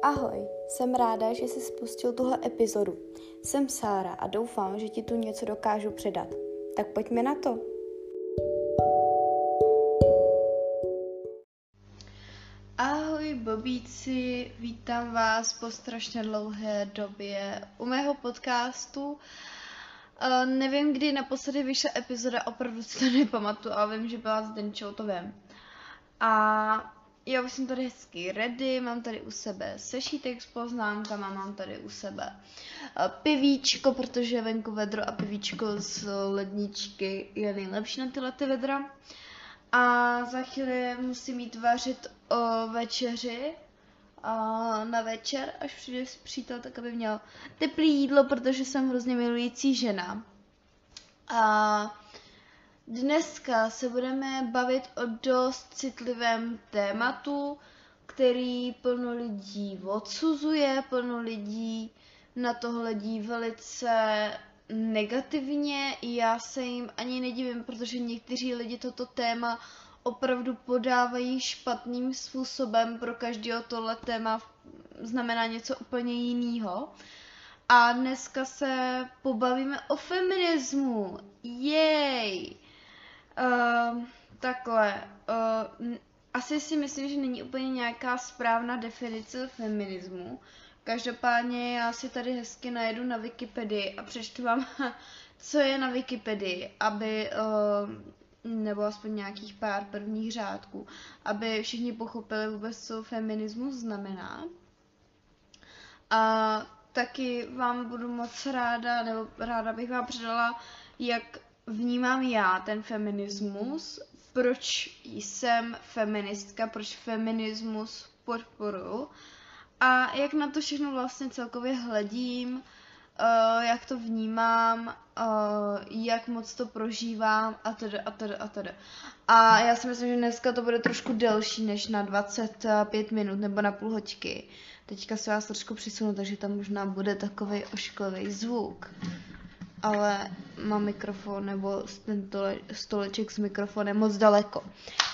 Ahoj, jsem ráda, že jsi spustil tuhle epizodu. Jsem Sára a doufám, že ti tu něco dokážu předat. Tak pojďme na to. Ahoj bobíci, vítám vás po strašně dlouhé době u mého podcastu. Nevím, kdy naposledy vyšla epizoda, opravdu si to nepamatuju, ale vím, že byla s Denčou, to vím. A já už jsem tady hezky ready, mám tady u sebe sešítek s poznámkama, mám tady u sebe pivíčko, protože je venku vedro a pivíčko z ledničky je nejlepší na tyhle vedra. A za chvíli musím jít vařit večeři na večer, až přijde přítel, tak aby měl teplé jídlo, protože jsem hrozně milující žena. A dneska se budeme bavit o dost citlivém tématu, který plno lidí odsuzuje, plno lidí na to hledí velice negativně. Já se jim ani nedivím, protože někteří lidi toto téma opravdu podávají špatným způsobem. Pro každého tohle téma znamená něco úplně jiného. A dneska se pobavíme o feminismu. Jej! Takhle. Asi si myslím, že není úplně nějaká správná definice feminismu. Každopádně já si tady hezky najedu na Wikipedii a přečtu vám, co je na Wikipedii, aby, nebo aspoň nějakých pár prvních řádků, aby všichni pochopili vůbec, co feminismus znamená. A taky vám budu moc ráda, nebo ráda bych vám předala, jak vnímám já ten feminismus, proč jsem feministka, proč feminismus podporuji a jak na to všechno vlastně celkově hledím, jak to vnímám, jak moc to prožívám a teda. A já si myslím, že dneska to bude trošku delší než na 25 minut nebo na půl hoďky. Teďka se vás trošku přisunu, takže tam možná bude takovej ošklivý zvuk. Ale mám mikrofon nebo ten stoleček s mikrofonem moc daleko.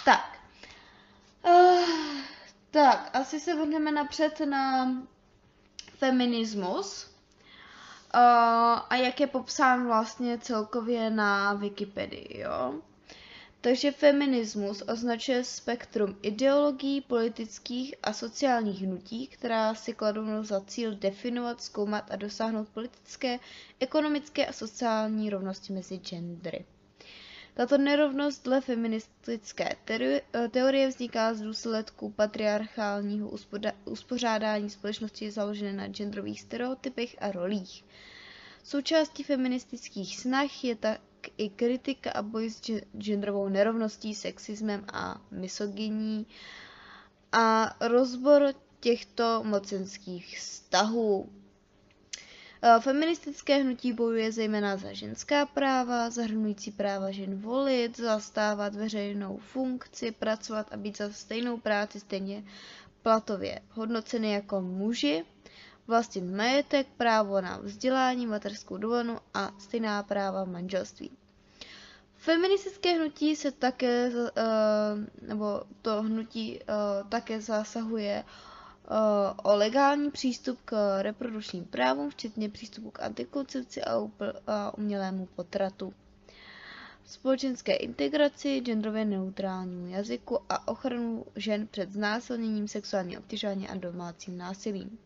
Tak, asi se vrhneme napřed na feminismus a jak je popsán vlastně celkově na Wikipedii, jo. Takže feminismus označuje spektrum ideologií, politických a sociálních hnutí, která si kladou za cíl definovat, zkoumat a dosáhnout politické, ekonomické a sociální rovnosti mezi gendry. Tato nerovnost dle feministické teorie vzniká z důsledků patriarchálního uspořádání společnosti založené na genderových stereotypech a rolích. Součástí feministických snah je tak i kritika a boj s genderovou nerovností, sexismem a misogyní a rozbor těchto mocenských vztahů. Feministické hnutí bojuje zejména za ženská práva, zahrnující práva žen volit, zastávat veřejnou funkci, pracovat a být za stejnou práci stejně platově hodnoceny jako muži, vlastnit majetek, právo na vzdělání, mateřskou dovolenou a stejná práva v manželství. Feministické hnutí se také, nebo to hnutí také zasahuje o legální přístup k reprodukčním právům, včetně přístupu k antikoncepci a umělému potratu, společenské integraci, genderově neutrálnímu jazyku a ochranu žen před znásilněním, sexuálním obtěžováním a domácím násilím.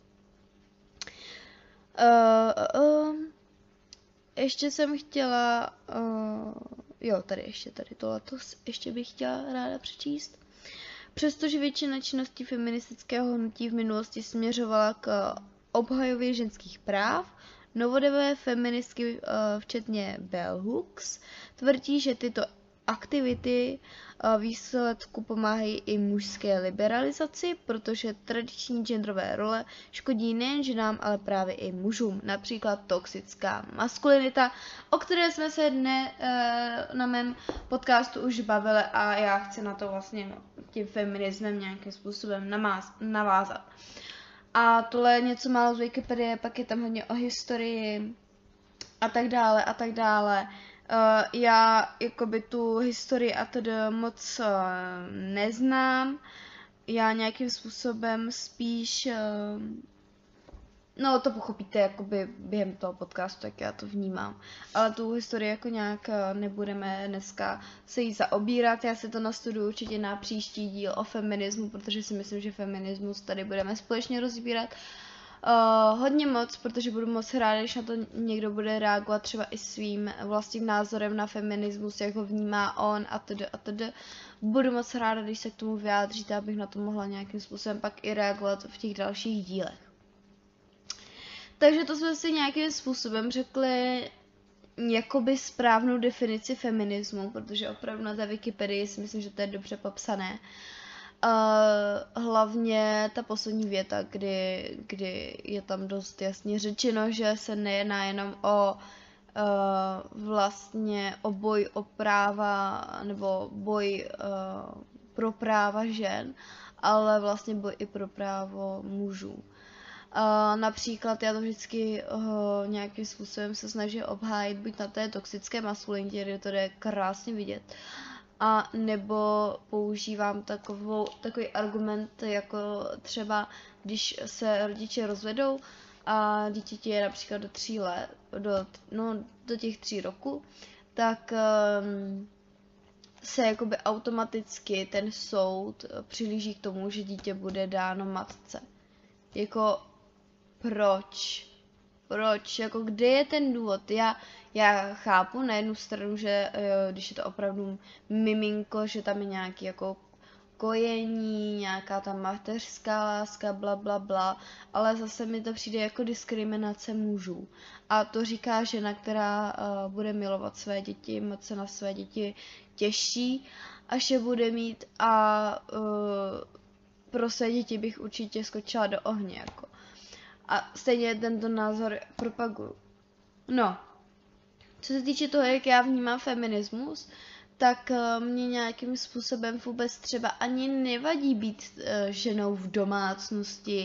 Ještě jsem chtěla, tady tohleto ještě bych chtěla ráda přečíst. Přestože většina činností feministického hnutí v minulosti směřovala k obhajově ženských práv, novodobé feministky, včetně Bell Hooks, tvrdí, že tyto aktivity výsledku pomáhají i mužské liberalizaci, protože tradiční genderové role škodí nejen ženám, ale právě i mužům. Například toxická maskulinita, o které jsme se na mém podcastu už bavili a já chci na to vlastně tím feminismem nějakým způsobem navázat. A tohle je něco málo z Wikipedie, pak je tam hodně o historii a tak dále. Já jakoby tu historii a tedy moc neznám, já nějakým způsobem spíš, no to pochopíte jakoby během toho podcastu, jak já to vnímám, ale tu historii jako nějak nebudeme dneska se jí zaobírat, já si to nastuduju určitě na příští díl o feminismu, protože si myslím, že feminismus tady budeme společně rozbírat. Hodně moc, protože budu moc ráda, když na to někdo bude reagovat třeba i svým vlastním názorem na feminismus, jak ho vnímá on a td. a td. Budu moc ráda, když se k tomu vyjádříte, abych na to mohla nějakým způsobem pak i reagovat v těch dalších dílech. Takže to jsme si nějakým způsobem řekli jakoby správnou definici feminismu, protože opravdu na té Wikipedii si myslím, že to je dobře popsané. Hlavně ta poslední věta, kdy je tam dost jasně řečeno, že se nejedná jenom o vlastně o boj o práva nebo boj pro práva žen, ale vlastně boj i pro právo mužů. Například já to vždycky nějakým způsobem se snažím obhájit buď na té toxické maskulinitě, kde to jde krásně vidět, a nebo používám takový argument, jako třeba, když se rodiče rozvedou a dítěti je například do 3 let, do těch 3 roku, tak se jakoby automaticky ten soud přihlíží k tomu, že dítě bude dáno matce. Jako proč? Proč? Jako kde je ten důvod? Já chápu na jednu stranu, že když je to opravdu miminko, že tam je nějaký jako kojení, nějaká tam mateřská láska, bla bla bla, ale zase mi to přijde jako diskriminace mužů. A to říká žena, která bude milovat své děti, moc se na své děti těší, až je bude mít, a pro své děti bych určitě skočila do ohně, jako. A stejně tento názor propaguju. No, co se týče toho, jak já vnímám feminismus, tak mě nějakým způsobem vůbec třeba ani nevadí být ženou v domácnosti,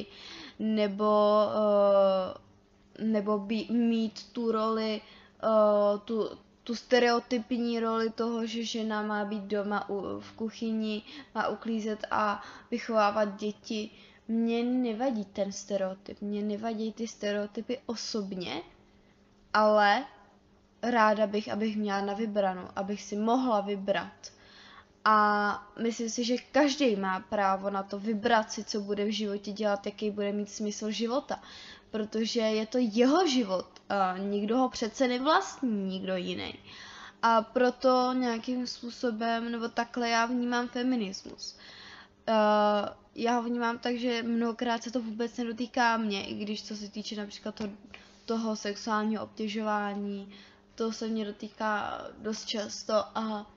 nebo mít tu roli, tu stereotypní roli toho, že žena má být doma v kuchyni, má uklízet a vychovávat děti. Mně nevadí ten stereotyp, mně nevadí ty stereotypy osobně, ale ráda bych, abych měla na vybranou, abych si mohla vybrat. A myslím si, že každý má právo na to vybrat si, co bude v životě dělat, jaký bude mít smysl života. Protože je to jeho život a nikdo ho přece nevlastní, nikdo jiný. A proto nějakým způsobem, nebo takhle já vnímám feminismus. Já ho vnímám tak, že mnohokrát se to vůbec nedotýká mě, i když co se týče například toho sexuálního obtěžování, to se mě dotýká dost často, a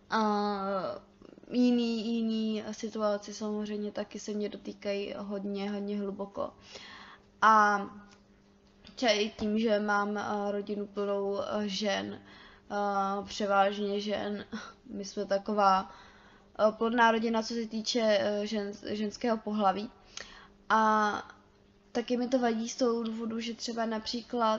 jiný situace samozřejmě taky se mě dotýkají hodně hluboko. A třeba i tím, že mám rodinu plnou žen, převážně žen, my jsme taková plodná rodina, co se týče ženského pohlaví. A taky mi to vadí z toho důvodu, že třeba například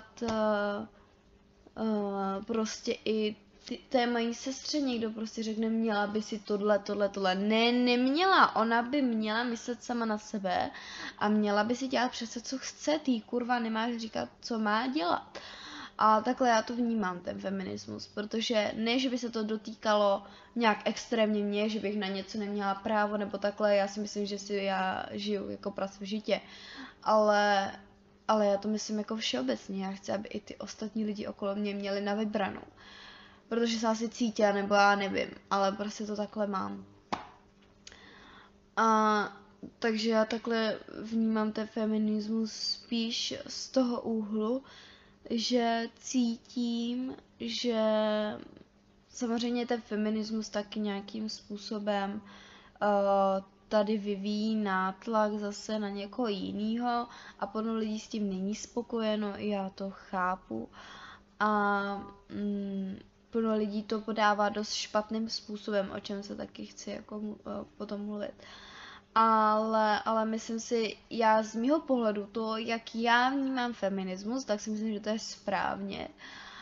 prostě i té mají sestře někdo prostě řekne, měla by si tohle. Ne, neměla, ona by měla myslet sama na sebe a měla by si dělat přece, co chce, ty kurva nemáš říkat, co má dělat. A takhle já to vnímám, ten feminismus, protože ne, že by se to dotýkalo nějak extrémně mě, že bych na něco neměla právo, nebo takhle, já si myslím, že si já žiju jako prase v žitě, ale já to myslím jako všeobecně, já chci, aby i ty ostatní lidi okolo mě měli na vybranou. Protože se asi cítila, nebo já nevím, ale prostě to takhle mám. Takže já takhle vnímám ten feminismus spíš z toho úhlu, že cítím, že samozřejmě ten feminismus taky nějakým způsobem tady vyvíjí nátlak zase na někoho jiného a plno lidí s tím není spokojeno, já to chápu. A plno lidí to podává dost špatným způsobem, o čem se taky chci jako potom mluvit. Ale myslím si, já z mýho pohledu, to, jak já vnímám feminismus, tak si myslím, že to je správně.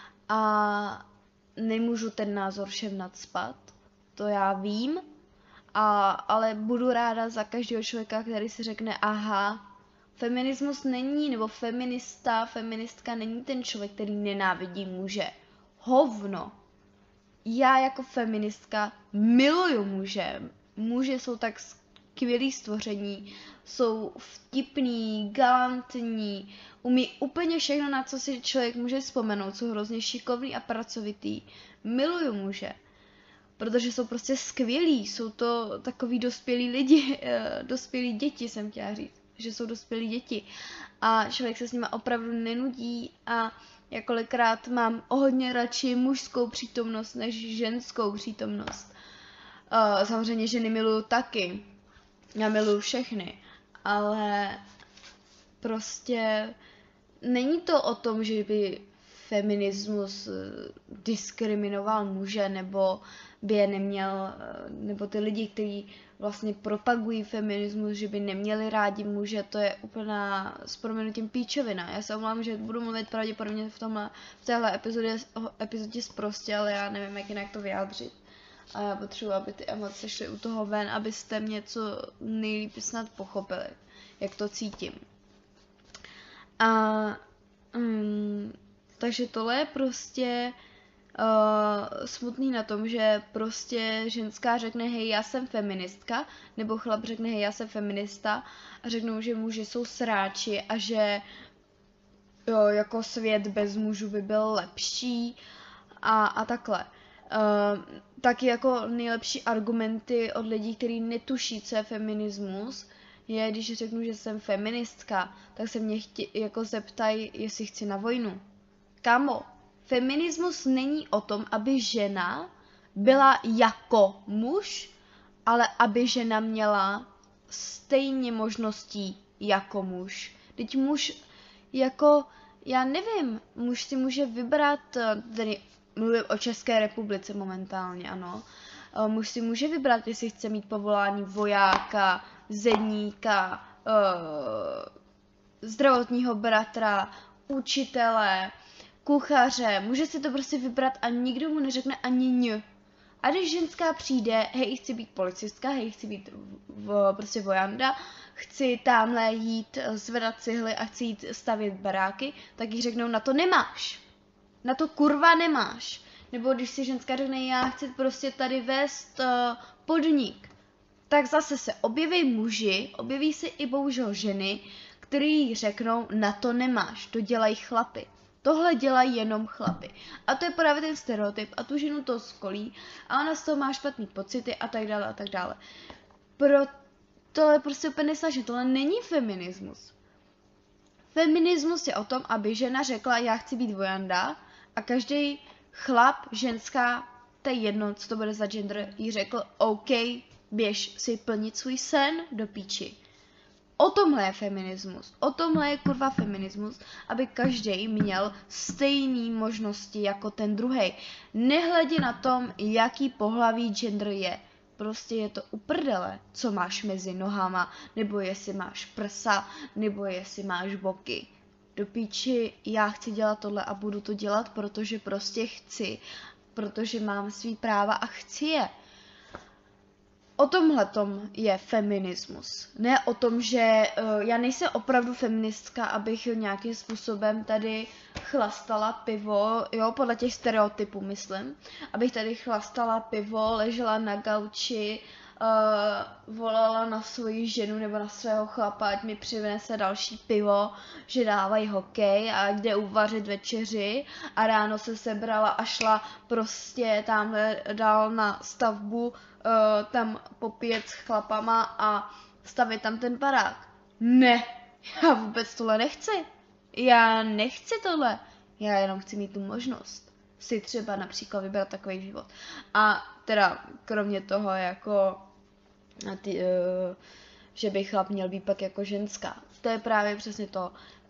A nemůžu ten názor všem nacpat, to já vím, ale budu ráda za každého člověka, který si řekne, aha, feminismus není, nebo feministka není ten člověk, který nenávidí muže. Hovno. Já jako feministka miluju muže. Muže jsou tak skvělý stvoření, jsou vtipný, galantní, umí úplně všechno, na co si člověk může vzpomenout, jsou hrozně šikovný a pracovitý. Miluju muže, protože jsou prostě skvělí, jsou to takový dospělí lidi, dospělí děti jsem chtěla říct, že jsou dospělí děti a člověk se s nimi opravdu nenudí a já kolikrát mám o hodně radši mužskou přítomnost než ženskou přítomnost. Samozřejmě ženy miluju taky, já miluju všechny, ale prostě není to o tom, že by feminismus diskriminoval muže, nebo by je neměl, nebo ty lidi, kteří vlastně propagují feminismus, že by neměli rádi muže, to je úplná s proměnutím píčovina. Já se omlám, že budu mluvit pravděpodobně v téhle epizodě sprostě, ale já nevím, jak jinak to vyjádřit. A já potřebuji, aby ty emoce šly u toho ven, abyste mě co nejlíp snad pochopili, jak to cítím. Takže tohle je prostě smutný na tom, že prostě ženská řekne, hej, já jsem feministka, nebo chlap řekne, hej, já jsem feminista a řeknou, že muži jsou sráči a že jo, jako svět bez mužů by byl lepší a takhle. Taky jako nejlepší argumenty od lidí, kteří netuší, co je feminismus, je, když řeknu, že jsem feministka, tak se mě jako zeptají, jestli chci na vojnu. Kámo, feminismus není o tom, aby žena byla jako muž, ale aby žena měla stejně možností jako muž. Teď muž jako, já nevím, muž si může vybrat, tedy mluvím o České republice momentálně, ano, muž si může vybrat, jestli chce mít povolání vojáka, zedníka, zdravotního bratra, učitele, kuchaře, může si to prostě vybrat a nikdo mu neřekne ani ň. A když ženská přijde, hej, chci být policistka, hej, chci být prostě vojanda, chci tamhle jít zvedat cihly a chci jít stavět baráky, tak jí řeknou, na to nemáš. Na to kurva nemáš. Nebo když si ženská řekne, já chci prostě tady vést podnik, tak zase se objeví muži, objeví se i bohužel ženy, který jí řeknou, na to nemáš, to dělají chlapy. Tohle dělají jenom chlapy. A to je právě ten stereotyp a tu ženu to skolí a ona z toho má špatný pocity a tak dále a tak dále. To je prostě úplně nesnažné, tohle není feminismus. Feminismus je o tom, aby žena řekla, já chci být vojanda a každý chlap, ženská, to je jedno, co to bude za gender, jí řekl, OK, běž si plnit svůj sen do píči. O tomhle je feminismus. O tomhle je kurva feminismus, aby každý měl stejné možnosti jako ten druhý. Nehledě na tom, jaký pohlaví gender je. Prostě je to uprdele, co máš mezi nohama, nebo jestli máš prsa, nebo jestli máš boky. Do píči, já chci dělat tohle a budu to dělat, protože prostě chci, protože mám svý práva a chci je. O tomhletom je feminismus. Ne o tom, že já nejsem opravdu feministka, abych nějakým způsobem tady chlastala pivo, jo, podle těch stereotypů myslím, abych tady chlastala pivo, ležela na gauči, volala na svoji ženu nebo na svého chlapa, ať mi přivnese další pivo, že dávají hokej a kde uvařit večeři a ráno se sebrala a šla prostě tamhle dál na stavbu, tam popíjet s chlapama a stavit tam ten barák. Ne, já vůbec tohle nechci. Já nechci tohle. Já jenom chci mít tu možnost si třeba například vybrat takový život. A teda kromě toho jako že by chlap měl být pak jako ženská. To je právě přesně to.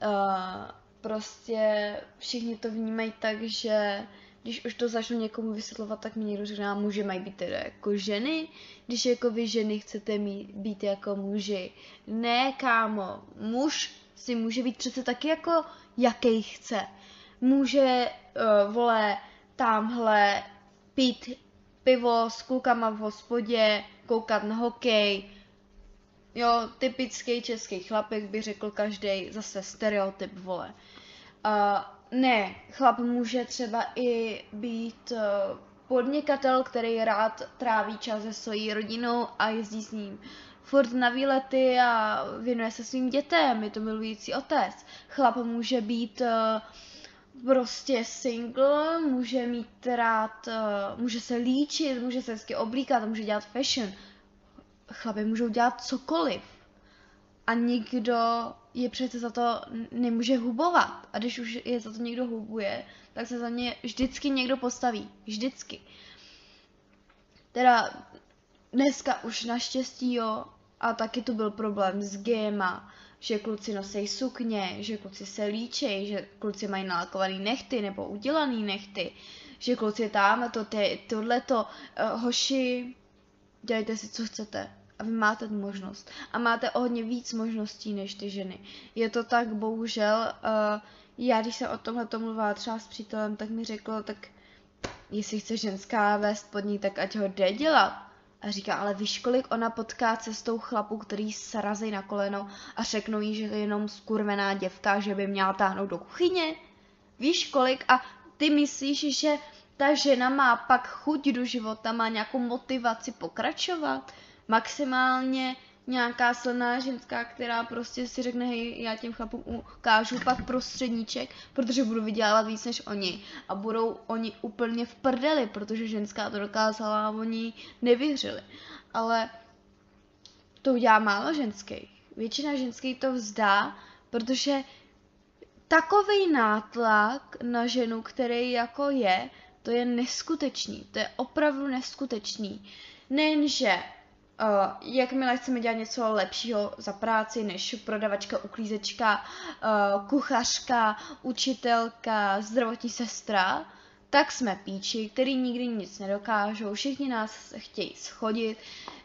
Prostě všichni to vnímají tak, že když už to začnu někomu vysvětlovat, tak mi někdo řekne, muži mají být teda jako ženy, když jako vy ženy chcete být jako muži. Ne, kámo, muž si může být přece taky jako jaký chce. Může, tamhle pít pivo s klukama v hospodě, koukat na hokej. Jo, typický český chlapek by řekl každý, zase stereotyp, vole. Ne, chlap může třeba i být podnikatel, který rád tráví čas se svojí rodinou a jezdí s ním furt na výlety a věnuje se svým dětem, je to milující otec. Chlap může být prostě single, může mít rád, může se líčit, může se hezky oblíkat, může dělat fashion. Chlapi můžou dělat cokoliv. A nikdo je přece za to nemůže hubovat. A když už je za to někdo hubuje, tak se za ně vždycky někdo postaví. Vždycky. Teda dneska už naštěstí, jo, a taky tu byl problém s gema, že kluci nosí sukně, že kluci se líčej, že kluci mají nalakovaný nechty nebo udělaný nechty, že kluci tam, tohleto, hoši, dělejte si, co chcete. A vy máte tu možnost. A máte o hodně víc možností než ty ženy. Je to tak, bohužel, já když jsem o tomhle mluvila třeba s přítelem, tak mi řekl, tak jestli chce ženská vést podnik, tak ať ho jde dělat. A říká, ale víš, kolik ona potká cestou chlapů, který srazí na koleno a řeknou jí, že je jenom skurvená děvka, že by měla táhnout do kuchyně? Víš, kolik? A ty myslíš, že ta žena má pak chuť do života, má nějakou motivaci pokračovat? Maximálně nějaká silná ženská, která prostě si řekne, hej, já těm chlapům ukážu pak prostředníček, protože budu vydělávat víc než oni. A budou oni úplně v prdeli, protože ženská to dokázala a oni nevyhřeli. Ale to udělá málo ženských. Většina ženských to vzdá, protože takovej nátlak na ženu, který jako je, to je neskutečný. To je opravdu neskutečný. Nejenže jakmile chceme dělat něco lepšího za práci než prodavačka, uklízečka, kuchařka, učitelka, zdravotní sestra, tak jsme píči, který nikdy nic nedokážou, všichni nás chtějí schodit,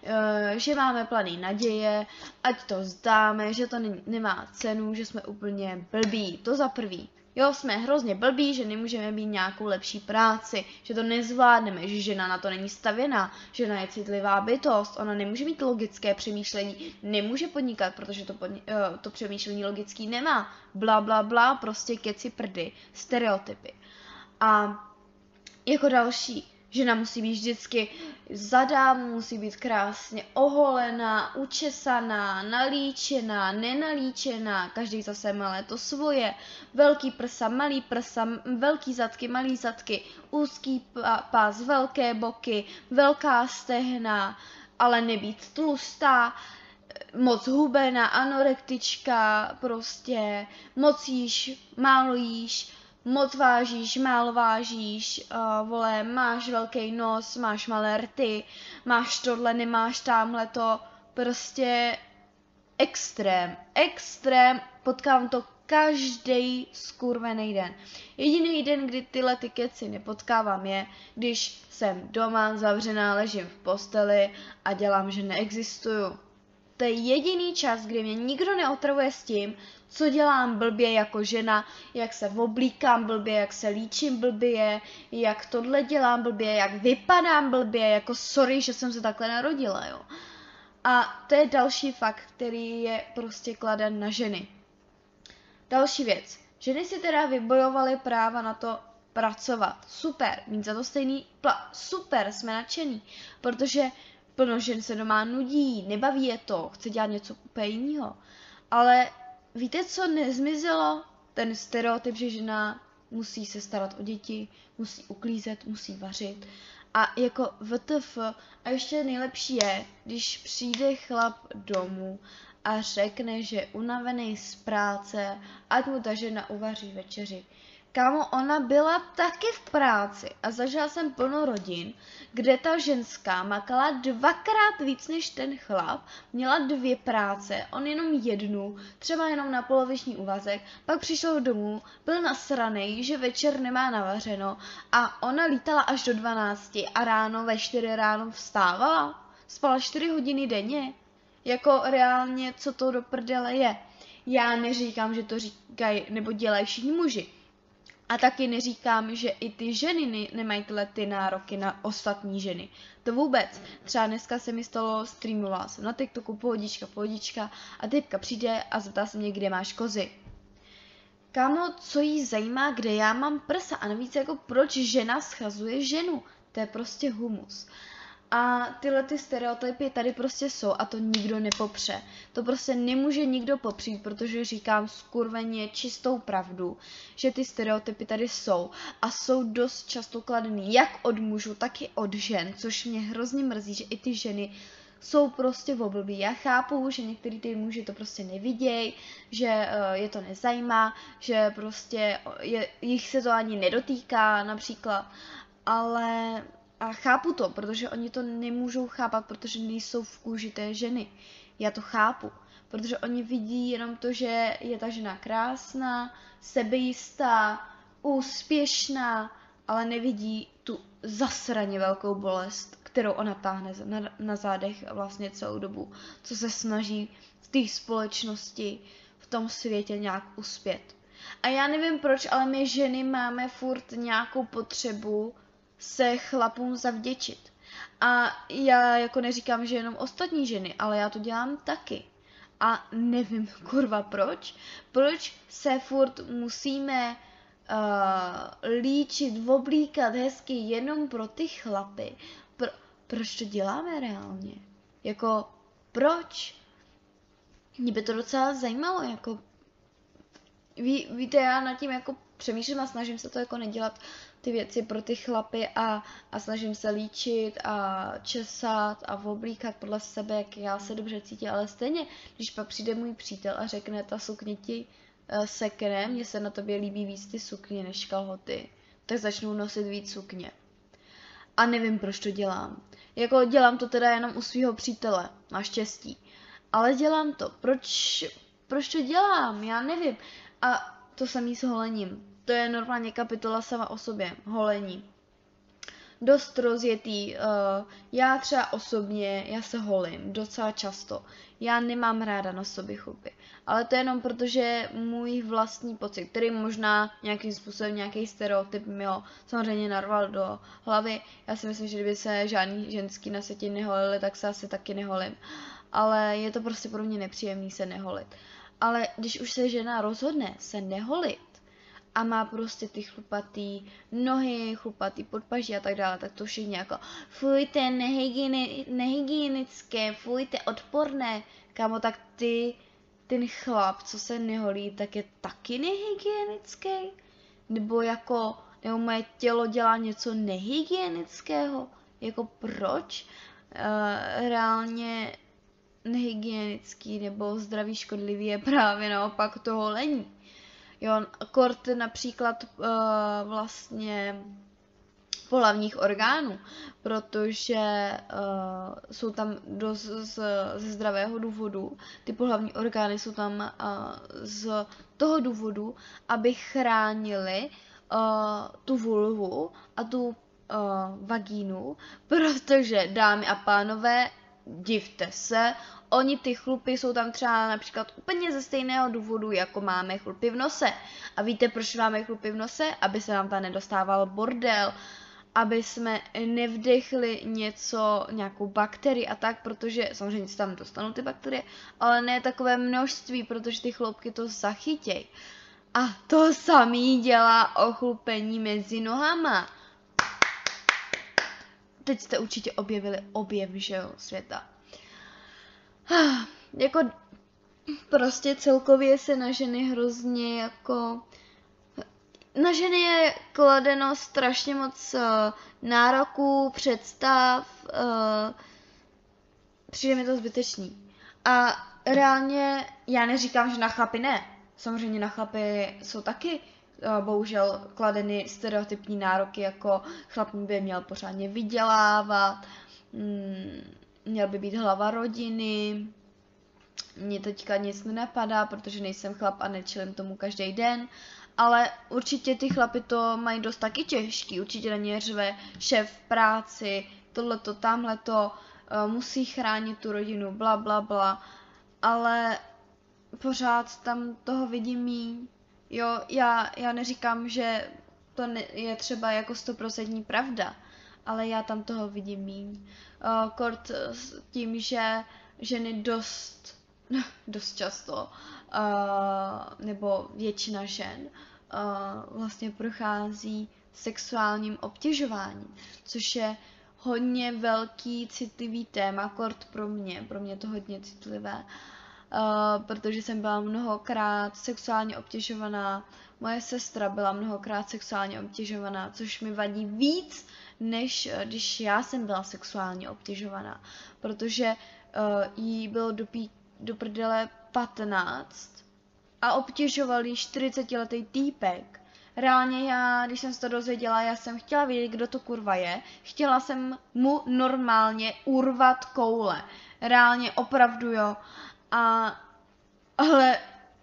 že máme planý naděje, ať to zdáme, že to nemá cenu, že jsme úplně blbí, to za prvý. Jo, jsme hrozně blbí, že nemůžeme mít nějakou lepší práci, že to nezvládneme, že žena na to není stavěná, žena je citlivá bytost, ona nemůže mít logické přemýšlení, nemůže podnikat, protože to přemýšlení logický nemá, bla bla bla, prostě keci prdy, stereotypy. A jako další, žena musí být vždycky zadá, musí být krásně oholená, učesaná, nalíčená, nenalíčená, každý zase malé to svoje, velký prsa, malý prsa, velký zadky, malý zadky, úzký pás, velké boky, velká stehna, ale nebýt tlustá, moc hubená, anorektička, prostě moc jíš, málo jíš, moc vážíš, málo vážíš, vole, máš velký nos, máš malé rty, máš tohle, nemáš tamhleto, prostě extrém, potkávám to každý skurvený den. Jediný den, kdy tyhle ty keci nepotkávám je, když jsem doma zavřená, ležím v posteli a dělám, že neexistuju. To je jediný čas, kdy mě nikdo neotravuje s tím, co dělám blbě jako žena, jak se oblíkám blbě, jak se líčím blbě, jak tohle dělám blbě, jak vypadám blbě, jako sorry, že jsem se takhle narodila, jo. A to je další fakt, který je prostě kladen na ženy. Další věc. Ženy si teda vybojovaly práva na to pracovat. Super, mít za to stejný plat. Super, jsme nadšený, protože plno žen se doma nudí, nebaví je to, chce dělat něco úplně jiného. Ale víte, co nezmizelo? Ten stereotyp, že žena musí se starat o děti, musí uklízet, musí vařit. A jako WTF, a ještě nejlepší je, když přijde chlap domů a řekne, že je unavený z práce, ať mu ta žena uvaří večeři. Kámo, ona byla taky v práci a zažila jsem plno rodin, kde ta ženská makala 2krát víc než ten chlap, měla 2 práce, on jenom jednu, třeba jenom na poloviční úvazek, pak přišel domů, byl nasranej, že večer nemá navařeno a ona lítala až do 12 a ráno ve 4 ráno vstávala, spala 4 hodiny denně, jako reálně, co to do prdele je. Já neříkám, že to říkají nebo dělají všichni muži. A taky neříkám, že i ty ženy nemají tyhle ty nároky na ostatní ženy. To vůbec. Třeba dneska se mi stalo, streamovala jsem na TikToku, pohodička a typka přijde a zeptá se mě, kde máš kozy. Kámo, co jí zajímá, kde já mám prsa? A navíc jako proč žena schazuje ženu? To je prostě humus. A tyhle ty stereotypy tady prostě jsou a to nikdo nepopře. To prostě nemůže nikdo popřít, protože říkám skurveně čistou pravdu, že ty stereotypy tady jsou a jsou dost často kladený jak od mužů, tak i od žen, což mě hrozně mrzí, že i ty ženy jsou prostě oblbí. Já chápu, že některý ty muži to prostě nevidějí, že je to nezajímá, že prostě jich se to ani nedotýká například, ale a chápu to, protože oni to nemůžou chápat, protože nejsou v kůži té ženy. Já to chápu, protože oni vidí jenom to, že je ta žena krásná, sebejistá, úspěšná, ale nevidí tu zasraně velkou bolest, kterou ona táhne na zádech vlastně celou dobu, co se snaží v té společnosti, v tom světě nějak uspět. A já nevím proč, ale my ženy máme furt nějakou potřebu se chlapům zavděčit. A já jako neříkám, že jenom ostatní ženy, ale já to dělám taky. A nevím, kurva, proč. Proč se furt musíme líčit, oblíkat hezky jenom pro ty chlapy. Proč to děláme reálně? Jako, proč? Mě by to docela zajímalo, jako víte, já nad tím jako přemýšlím a snažím se to jako nedělat ty věci pro ty chlapy a snažím se líčit a česat a oblíkat podle sebe, jak já se dobře cítím, ale stejně, když pak přijde můj přítel a řekne, ta sukně ti sekne, mně se na tobě líbí víc ty sukně než kalhoty, tak začnu nosit víc sukně. A nevím, proč to dělám. Jako dělám to teda jenom u svého přítele, naštěstí. Ale dělám to. Proč to dělám? Já nevím. A to samý s holením. To je normálně kapitola sama o sobě. Holení. Dost rozjetý. Já třeba osobně, já se holím docela často. Já nemám ráda na sobě chlupy. Ale to je jenom proto, že můj vlastní pocit, který možná nějakým způsobem, nějaký stereotyp mi ho samozřejmě narval do hlavy. Já si myslím, že kdyby se žádný ženský na světě neholili, tak se asi taky neholím. Ale je to prostě pro mě nepříjemný se neholit. Ale když už se žena rozhodne se neholit a má prostě ty chlupatý nohy, chlupatý podpaží a tak dále, tak to všichni jako fuj, to je nehygienické, fuj, to je odporné. Kámo, tak ten chlap, co se neholí, tak je taky nehygienický? Nebo moje tělo dělá něco nehygienického? Jako proč? Reálně nehygienický nebo zdraví škodlivý je právě naopak to holení. Jo, kort například vlastně pohlavních orgánů, protože jsou tam ze zdravého důvodu, ty pohlavní orgány jsou tam z toho důvodu, aby chránili tu vulvu a tu vagínu, protože dámy a pánové, divte se, oni ty chlupy jsou tam třeba například úplně ze stejného důvodu, jako máme chlupy v nose. A víte, proč máme chlupy v nose? Aby se nám tam nedostával bordel, aby jsme nevdechli nějakou bakterii a tak, protože samozřejmě se tam dostanou ty bakterie, ale ne takové množství, protože ty chloupky to zachytějí. A to samý dělá ochlupení mezi nohama. Teď jste určitě objevili objev, že jo, světa. Jako prostě celkově se na ženy hrozně jako... Na ženy je kladeno strašně moc nároků, představ, přijde mi to zbytečný. A reálně já neříkám, že na chlapy ne. Samozřejmě na chlapy jsou taky bohužel kladeny stereotypní nároky, jako chlap by měl pořádně vydělávat, měl by být hlava rodiny. Mně teďka nic nenapadá, protože nejsem chlap a nečelím tomu každý den, ale určitě ty chlapy to mají dost taky těžký, určitě na ně řve šéf v práci, tohleto, tamhleto, musí chránit tu rodinu, bla, bla, bla, ale pořád tam toho vidím míň. Jo, já neříkám, že to je třeba jako 100% pravda, ale já tam toho vidím míň. Kort s tím, že ženy dost často, nebo většina žen vlastně prochází sexuálním obtěžováním, což je hodně velký citlivý téma, kort pro mě to hodně citlivé, protože jsem byla mnohokrát sexuálně obtěžovaná, moje sestra byla mnohokrát sexuálně obtěžovaná, což mi vadí víc, než když já jsem byla sexuálně obtěžovaná, protože jí bylo do prdele 15 a obtěžoval jí 40letý týpek. Reálně já, když jsem se to dozvěděla, já jsem chtěla vědět, kdo to kurva je. Chtěla jsem mu normálně urvat koule. Reálně opravdu jo. Ale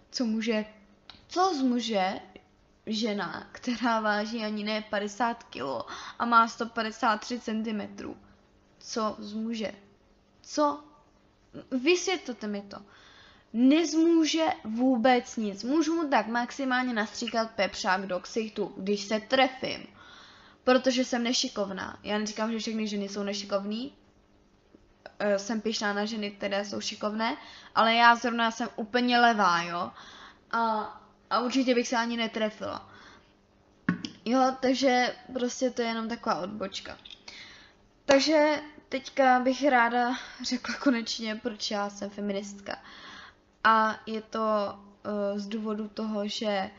co zmůže žena, která váží ani ne 50 kg a má 153 cm? Co zmůže? Co? Vysvětlete mi to. Nezmůže vůbec nic. Můžu mu tak maximálně nastříkat pepřák do ksichtu, když se trefím. Protože jsem nešikovná. Já neříkám, že všechny ženy jsou nešikovný. Jsem pyšná na ženy, které jsou šikovné, ale já zrovna jsem úplně levá, jo. A určitě bych se ani netrefila. Jo, takže prostě to je jenom taková odbočka. Takže teďka bych ráda řekla konečně, proč já jsem feministka. A je to z důvodu toho, že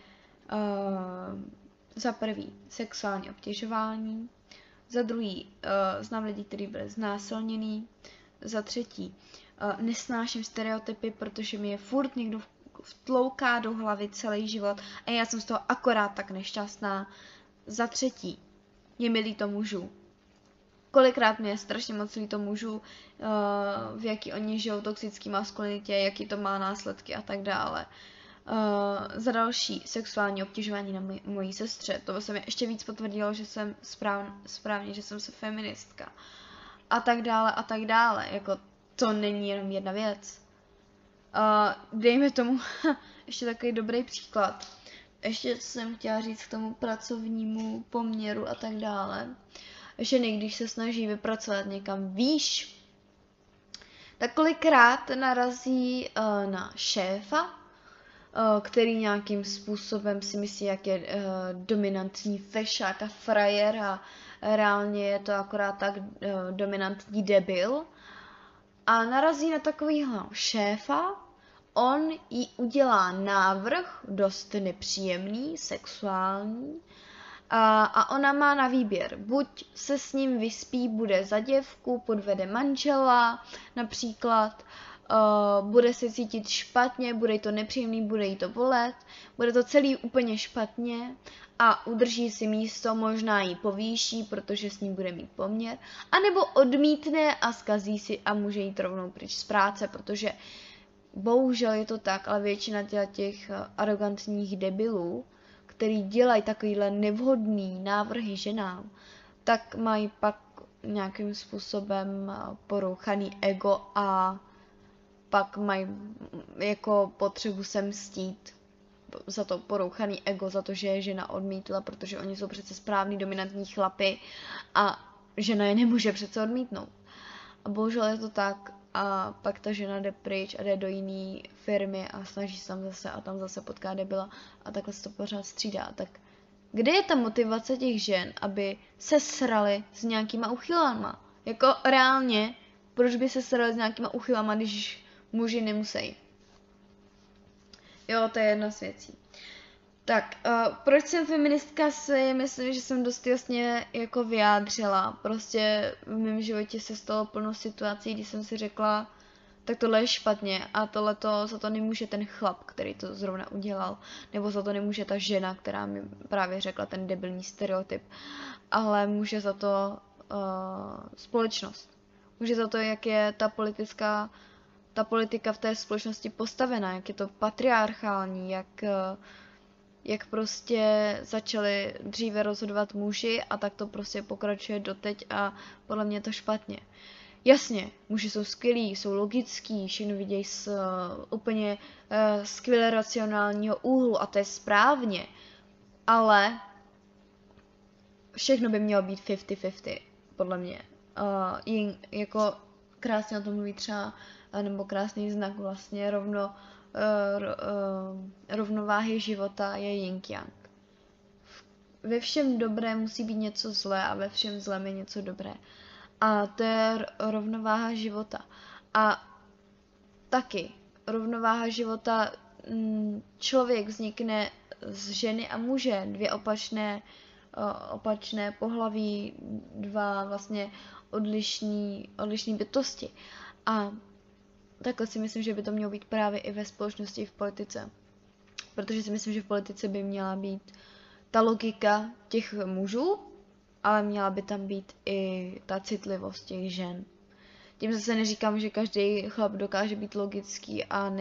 za prvý sexuální obtěžování, za druhý znám lidi, kteří byli znásilněný, za třetí nesnáším stereotypy, protože mi je furt někdo vtlouká do hlavy celý život a já jsem z toho akorát tak nešťastná. Za třetí je mi líto mužů. Kolikrát mě je strašně moc líto mužů, v jaký oni žijou toxický maskulinitě, jaký to má následky a tak dále. Za další sexuální obtěžování na mojí sestře. To se mi ještě víc potvrdilo, že jsem správně, že jsem se feministka. A tak dále, a tak dále. Jako to není jenom jedna věc. Dejme tomu ještě takový dobrý příklad. Ještě jsem chtěla říct k tomu pracovnímu poměru a tak dále. Ženy, když se snaží vypracovat někam výš, tak kolikrát narazí na šéfa, který nějakým způsobem si myslí, jak je dominantní fešák a frajer a reálně je to akorát tak dominantní debil. A narazí na takovýhle šéfa, on jí udělá návrh, dost nepříjemný, sexuální, a ona má na výběr. Buď se s ním vyspí, bude za děvku, podvede manžela, například, bude se cítit špatně, bude jí to nepříjemný, bude jí to bolet, bude to celý úplně špatně a udrží si místo, možná jí povýší, protože s ním bude mít poměr, anebo odmítne a zkazí si a může jít rovnou pryč z práce, protože bohužel je to tak, ale většina těch arrogantních debilů, který dělají takovýhle nevhodný návrhy ženám, tak mají pak nějakým způsobem porouchaný ego a pak mají jako potřebu se mstít za to porouchaný ego, za to, že je žena odmítla, protože oni jsou přece správný dominantní chlapy a žena je nemůže přece odmítnout. A bohužel je to tak a pak ta žena jde pryč a jde do jiné firmy a snaží se tam zase a tam zase potká debila a takhle se to pořád střídá. Tak kde je ta motivace těch žen, aby se srali s nějakýma uchylama? Jako reálně, proč by se srali s nějakýma uchylama, když muži nemusí? Jo, to je jedna z věcí. Tak, proč jsem feministka, si myslím, že jsem dost jasně jako vyjádřila. Prostě v mém životě se stalo plno situací, kdy jsem si řekla, tak tohle je špatně a tohleto za to nemůže ten chlap, který to zrovna udělal, nebo za to nemůže ta žena, která mi právě řekla ten debilní stereotyp, ale může za to společnost. Může za to, jak je ta politika v té společnosti postavená, jak je to patriarchální, jak prostě začali dříve rozhodovat muži a tak to prostě pokračuje doteď a podle mě je to špatně. Jasně, muži jsou skvělí, jsou logický, všechno vidějí z úplně skvěle racionálního úhlu a to je správně, ale všechno by mělo být 50-50, podle mě. Jako krásně o tom mluví třeba, nebo krásný znak vlastně rovnováhy života je yin-yang. Ve všem dobré musí být něco zlé a ve všem zlém je něco dobré. A to je rovnováha života. A taky rovnováha života, člověk vznikne z ženy a muže, dvě opačné pohlaví, dva vlastně odlišní bytosti. A takhle si myslím, že by to mělo být právě i ve společnosti, i v politice. Protože si myslím, že v politice by měla být ta logika těch mužů, ale měla by tam být i ta citlivost těch žen. Tím zase neříkám, že každý chlap dokáže být logický a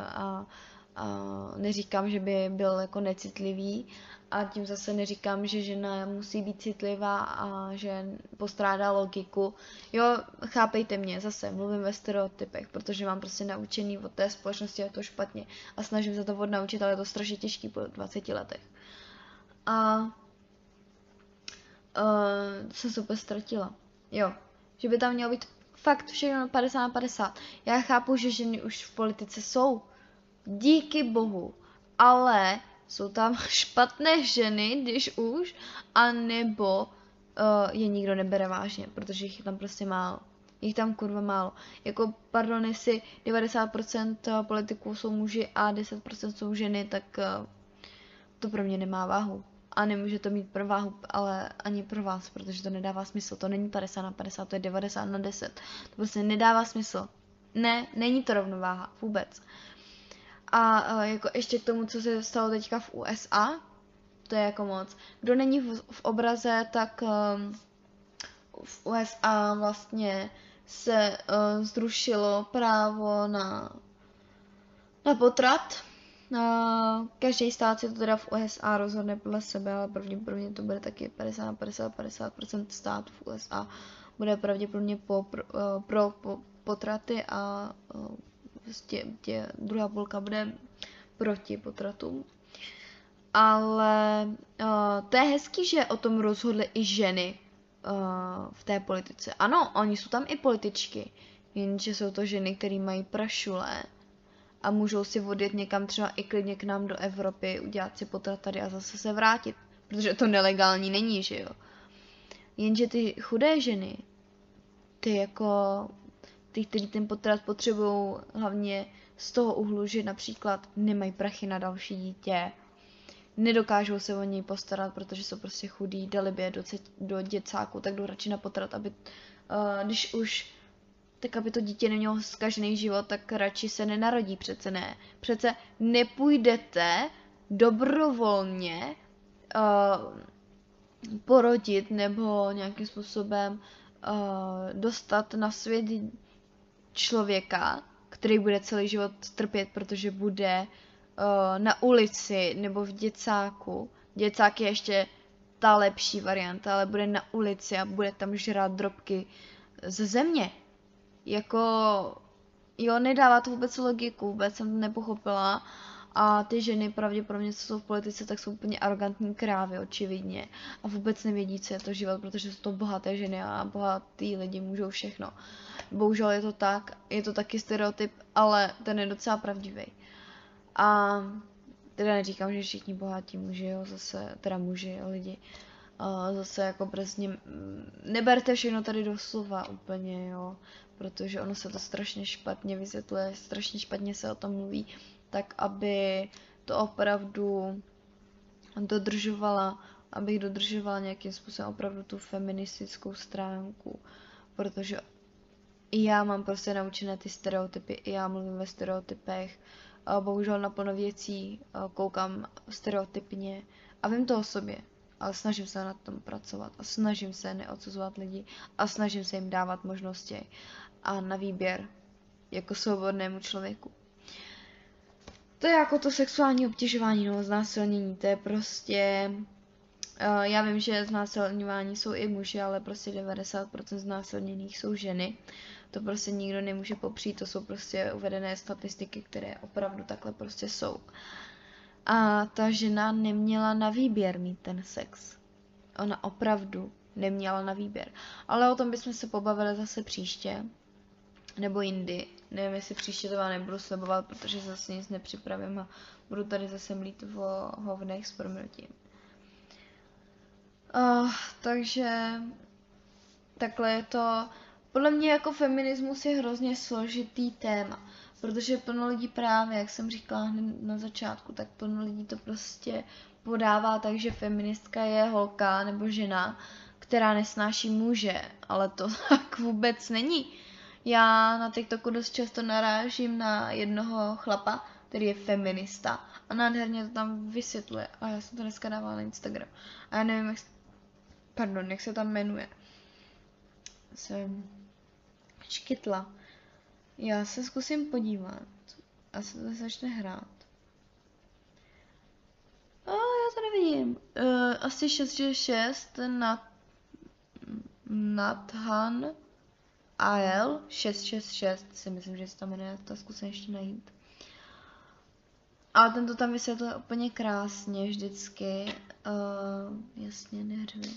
neříkám, že by byl jako necitlivý a tím zase neříkám, že žena musí být citlivá a že postrádá logiku. Jo, chápejte mě, zase mluvím ve stereotypech, protože mám prostě naučený od té společnosti, je to špatně a snažím se to odnaučit, ale je to strašně těžký po 20 letech. A jsem se úplně ztratila. Jo, že by tam mělo být fakt všechno 50/50. Já chápu, že ženy už v politice jsou. Díky bohu. Ale jsou tam špatné ženy, když už, anebo je nikdo nebere vážně, protože jich je tam prostě málo. Jich tam kurva málo. Jako, pardon, jestli 90% politiků jsou muži a 10% jsou ženy, tak to pro mě nemá váhu. A nemůže to mít pro váhu, ale ani pro vás, protože to nedává smysl. To není 50/50, to je 90/10. To prostě nedává smysl. Ne, není to rovnováha, vůbec. A jako ještě k tomu, co se stalo teďka v USA, to je jako moc. Kdo není v obraze, tak v USA vlastně se zrušilo právo na potrat. Každý stát si to teda v USA rozhodne podle sebe, ale pravděpodobně to bude taky 50% států v USA bude pravděpodobně pro potraty a druhá půlka bude proti potratům. Ale to je hezký, že o tom rozhodly i ženy v té politice. Ano, oni jsou tam i političky, jenže jsou to ženy, které mají prašulé a můžou si odjet někam třeba i klidně k nám do Evropy, udělat si potrat tady a zase se vrátit, protože to nelegální není, že jo. Jenže ty chudé ženy, ty kteří ten potrat potřebují hlavně z toho úhlu, že například nemají prachy na další dítě, nedokážou se o něj postarat, protože jsou prostě chudí, dali by je do děcáku, tak jdou radši na potrat, aby, když už, tak aby to dítě nemělo zkažený život, tak radši se nenarodí, přece ne. Přece nepůjdete dobrovolně porodit nebo nějakým způsobem dostat na svět člověka, který bude celý život trpět, protože bude na ulici nebo v děcáku. Děcák je ještě ta lepší varianta, ale bude na ulici a bude tam žrát drobky ze země. Jako, jo, nedává to vůbec logiku, vůbec jsem to nepochopila. A ty ženy pravděpodobně, co jsou v politice, tak jsou úplně arrogantní krávy, očividně. A vůbec nevědí, co je to život, protože jsou to bohaté ženy a bohatý lidi můžou všechno. Bohužel je to tak, je to taky stereotyp, ale ten je docela pravdivý. A teda neříkám, že všichni bohatí muži, jo, zase, teda muži, jo, lidi. Zase jako přesně, neberte všechno tady doslova úplně, jo, protože ono se to strašně špatně vysvětluje, strašně špatně se o tom mluví, tak aby to opravdu abych dodržovala nějakým způsobem opravdu tu feministickou stránku, protože i já mám prostě naučené ty stereotypy, i já mluvím ve stereotypech, bohužel na plno věcí koukám stereotypně a vím to o sobě, ale snažím se na tom pracovat a snažím se neodsuzovat lidi a snažím se jim dávat možnosti a na výběr jako svobodnému člověku. To je jako to sexuální obtěžování nebo znásilnění, to je prostě Já vím, že znásilňování jsou i muži, ale prostě 90% znásilněných jsou ženy. To prostě nikdo nemůže popřít, to jsou prostě uvedené statistiky, které opravdu takhle prostě jsou. A ta žena neměla na výběr mít ten sex. Ona opravdu neměla na výběr. Ale o tom bychom se pobavili zase příště. Nebo jindy. Nevím, jestli příště to vám nebudu slibovat, protože zase nic nepřipravím a budu tady zase mlít o hovnech s proměnutím. Takže takhle je to. Podle mě jako feminismus je hrozně složitý téma, protože plno lidí právě, jak jsem říkala hned na začátku, tak plno lidí to prostě podává tak, že feministka je holka nebo žena, která nesnáší muže, ale to tak vůbec není. Já na TikToku dost často narážím na jednoho chlapa, který je feminista a nádherně to tam vysvětluje. A já jsem to dneska dávala na Instagram. A já nevím, jak se tam jmenuje. Jsem škytla. Já se zkusím podívat. A se to začne hrát. Já to nevidím. Asi 666 Nathan AL 666 si myslím, že se tam jmenuje, to zkusím ještě najít. Ale ten to tam vysvětluje úplně krásně vždycky. Jasně, neřvi.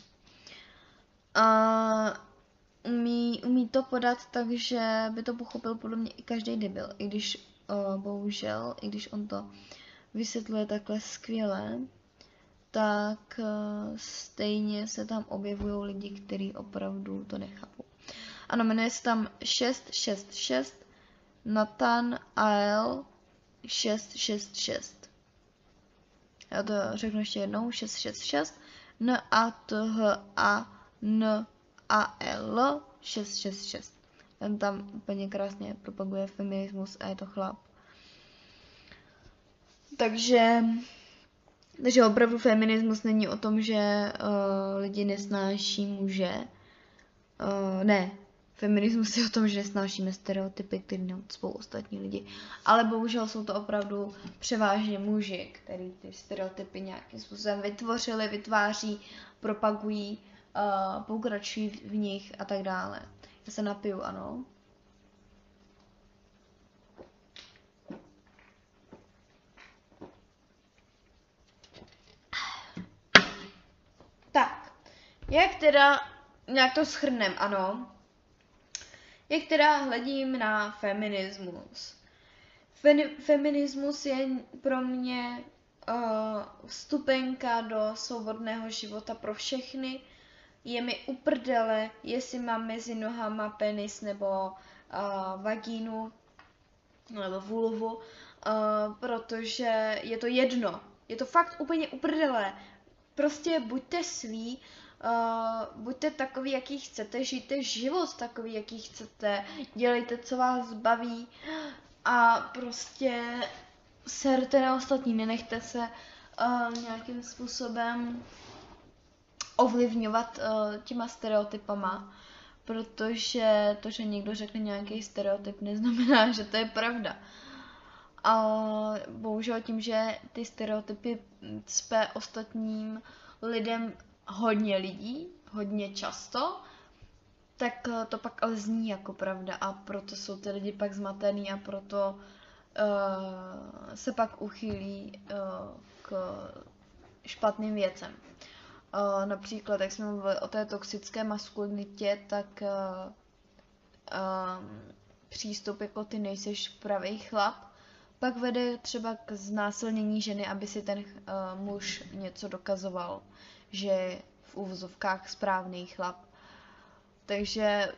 Umí to podat tak, že by to pochopil podle mě i každý debil, i když bohužel, i když on to vysvětluje takhle skvěle, tak stejně se tam objevují lidi, kteří opravdu to nechápou. Ano, jmenuje se tam 666 Nathan AL 666. Já to řeknu ještě jednou, 666 NATHAN AL 666. Ten tam úplně krásně propaguje feminismus a je to chlap. Takže opravdu feminismus není o tom, že lidi nesnáší muže. Ne, feminismus je o tom, že nesnášíme stereotypy, které neodsvou ostatní lidi. Ale bohužel jsou to opravdu převážně muži, který ty stereotypy nějakým způsobem vytvořili, vytváří, propagují, pokračují v nich a tak dále. Já se napiju, ano. Tak, jak teda, nějak to shrnem, ano. Jak teda hledím na feminismus? Feminismus je pro mě vstupenka do svobodného života pro všechny. Je mi uprdele, jestli mám mezi nohama penis nebo vagínu nebo vulvu, protože je to jedno. Je to fakt úplně uprdele. Prostě buďte svý, buďte takový, jaký chcete, žijte život takový, jaký chcete, dělejte, co vás baví a prostě serte na ostatní, nenechte se nějakým způsobem ovlivňovat těma stereotypama, protože to, že někdo řekne nějaký stereotyp, neznamená, že to je pravda. A bohužel tím, že ty stereotypy cpe ostatním lidem hodně lidí, hodně často, tak to pak ale zní jako pravda a proto jsou ty lidi pak zmatený a proto se pak uchýlí k špatným věcem. Například, jak jsme mluvili o té toxické maskulinitě, tak přístup jako ty nejseš pravý chlap, pak vede třeba k znásilnění ženy, aby si ten muž něco dokazoval, že je v úvozovkách správný chlap. Takže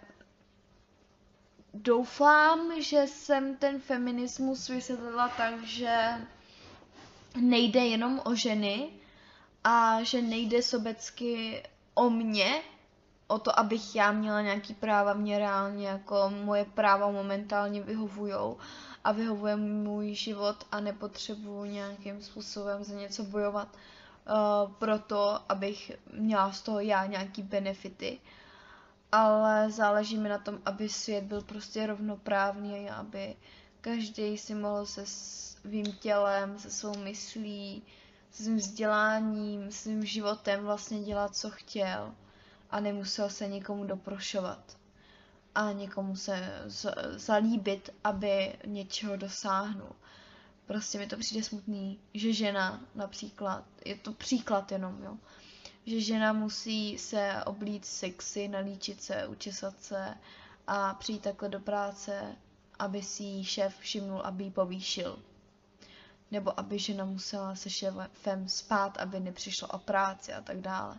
doufám, že jsem ten feminismus vysvětlila tak, že nejde jenom o ženy a že nejde sobecky o mě, o to, abych já měla nějaký práva, mě reálně jako moje práva momentálně vyhovujou a vyhovuje můj život a nepotřebuji nějakým způsobem za něco bojovat proto, abych měla z toho já nějaký benefity. Ale záleží mi na tom, aby svět byl prostě rovnoprávný a aby každý si mohl se svým tělem, se svou myslí, svým vzděláním, svým životem vlastně dělat, co chtěl a nemusel se někomu doprošovat a někomu se zalíbit, aby něčeho dosáhnul. Prostě mi to přijde smutný, že žena například, je to příklad jenom, jo, že žena musí se oblít sexy, nalíčit se, učesat se a přijít takhle do práce, aby si jí šéf všimnul, aby ji povýšil. Nebo aby žena musela se šéfem spát, aby nepřišlo o práci a tak dále.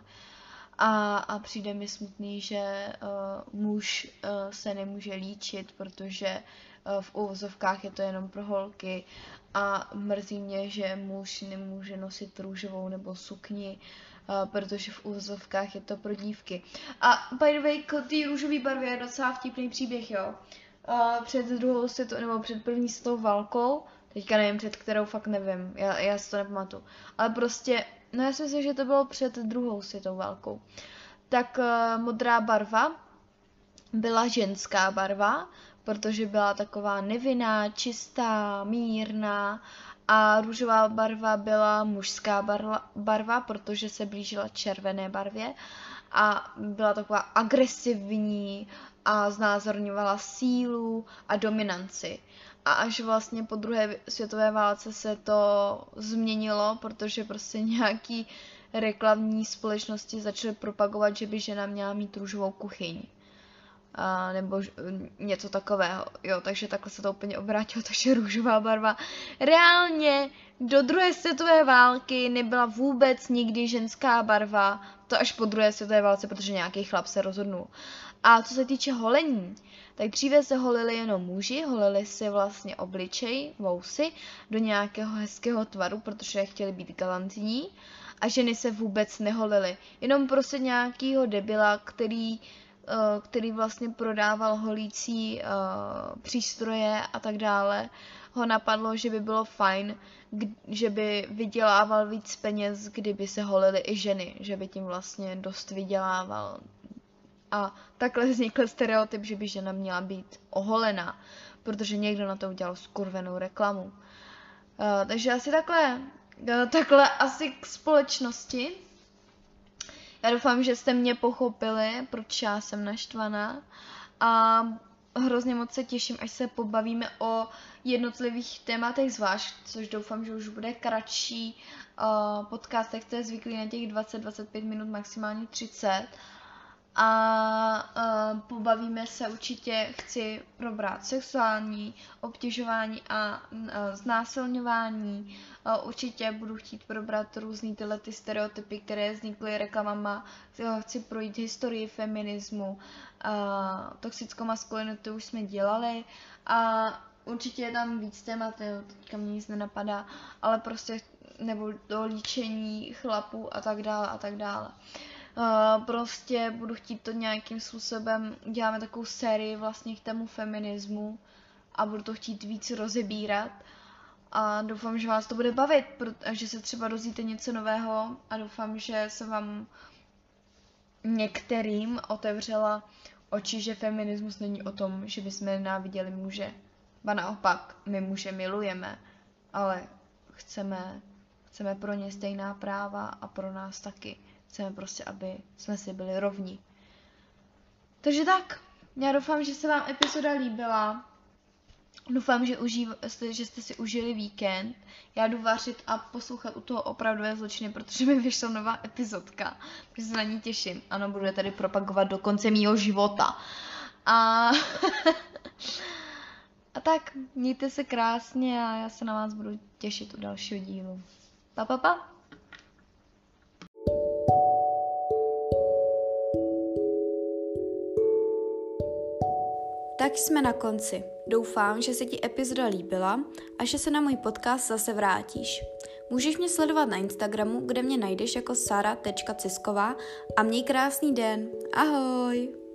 A přijde mi smutný, že muž se nemůže líčit, protože v uvozovkách je to jenom pro holky a mrzí mě, že muž nemůže nosit růžovou nebo sukni, protože v uvozovkách je to pro dívky. A by the way, k té růžové barvě je docela vtipný příběh, jo. Před druhou světovou, nebo před první světovou válkou, teďka nevím před kterou, fakt nevím, já si to nepamatuju, ale prostě, no já si myslím, že to bylo před druhou světovou válkou, tak modrá barva byla ženská barva, protože byla taková nevinná, čistá, mírná a růžová barva byla mužská barva, protože se blížila červené barvě a byla taková agresivní a znázorňovala sílu a dominanci. A až vlastně po druhé světové válce se to změnilo, protože prostě nějaký reklamní společnosti začaly propagovat, že by žena měla mít růžovou kuchyň. Nebo něco takového, jo, takže takhle se to úplně obrátilo, takže růžová barva reálně do druhé světové války nebyla vůbec nikdy ženská barva, to až po druhé světové válce, protože nějaký chlap se rozhodnul. A co se týče holení, tak dříve se holili jenom muži, holili si vlastně obličej, vousy, do nějakého hezkého tvaru, protože chtěli být galantní a ženy se vůbec neholily, jenom prostě nějakýho debila, který vlastně prodával holící přístroje a tak dále, ho napadlo, že by bylo fajn, že by vydělával víc peněz, kdyby se holily i ženy, že by tím vlastně dost vydělával. A takhle vznikl stereotyp, že by žena měla být oholená, protože někdo na to udělal skurvenou reklamu. Takže asi takhle asi k společnosti. Já doufám, že jste mě pochopili, proč já jsem naštvaná a hrozně moc se těším, až se pobavíme o jednotlivých tématech zvlášť, což doufám, že už bude kratší podcast, jak jste zvyklí na těch 20-25 minut, maximálně 30. A pobavíme se určitě, chci probrat sexuální obtěžování a znásilňování. Určitě budu chtít probrat různý tyhle ty stereotypy, které vznikly reklamama. Chci projít historii feminismu, toxickou maskulinitu už jsme dělali a určitě je tam víc témat, teďka mě nic nenapadá, ale prostě nebo do líčení chlapů a tak dále a tak dále. Prostě budu chtít to nějakým způsobem, děláme takovou sérii vlastně k tému feminismu a budu to chtít víc rozebírat a doufám, že vás to bude bavit, že se třeba dozvíte něco nového a doufám, že jsem vám některým otevřela oči, že feminismus není o tom, že bychom nenáviděli muže. Ba naopak, my muže milujeme, ale chceme pro ně stejná práva a pro nás taky. Chceme prostě, aby jsme si byli rovní. Takže tak, já doufám, že se vám epizoda líbila. Doufám, že jste si užili víkend. Já jdu vařit a poslouchat u toho opravdové zločiny, protože mi vyšla nová epizodka. Takže se na ní těším. Ano, budu je tady propagovat do konce mýho života. A tak, mějte se krásně a já se na vás budu těšit u dalšího dílu. Pa, pa, pa. Tak jsme na konci. Doufám, že se ti epizoda líbila a že se na můj podcast zase vrátíš. Můžeš mě sledovat na Instagramu, kde mě najdeš jako sara.cisková a měj krásný den. Ahoj!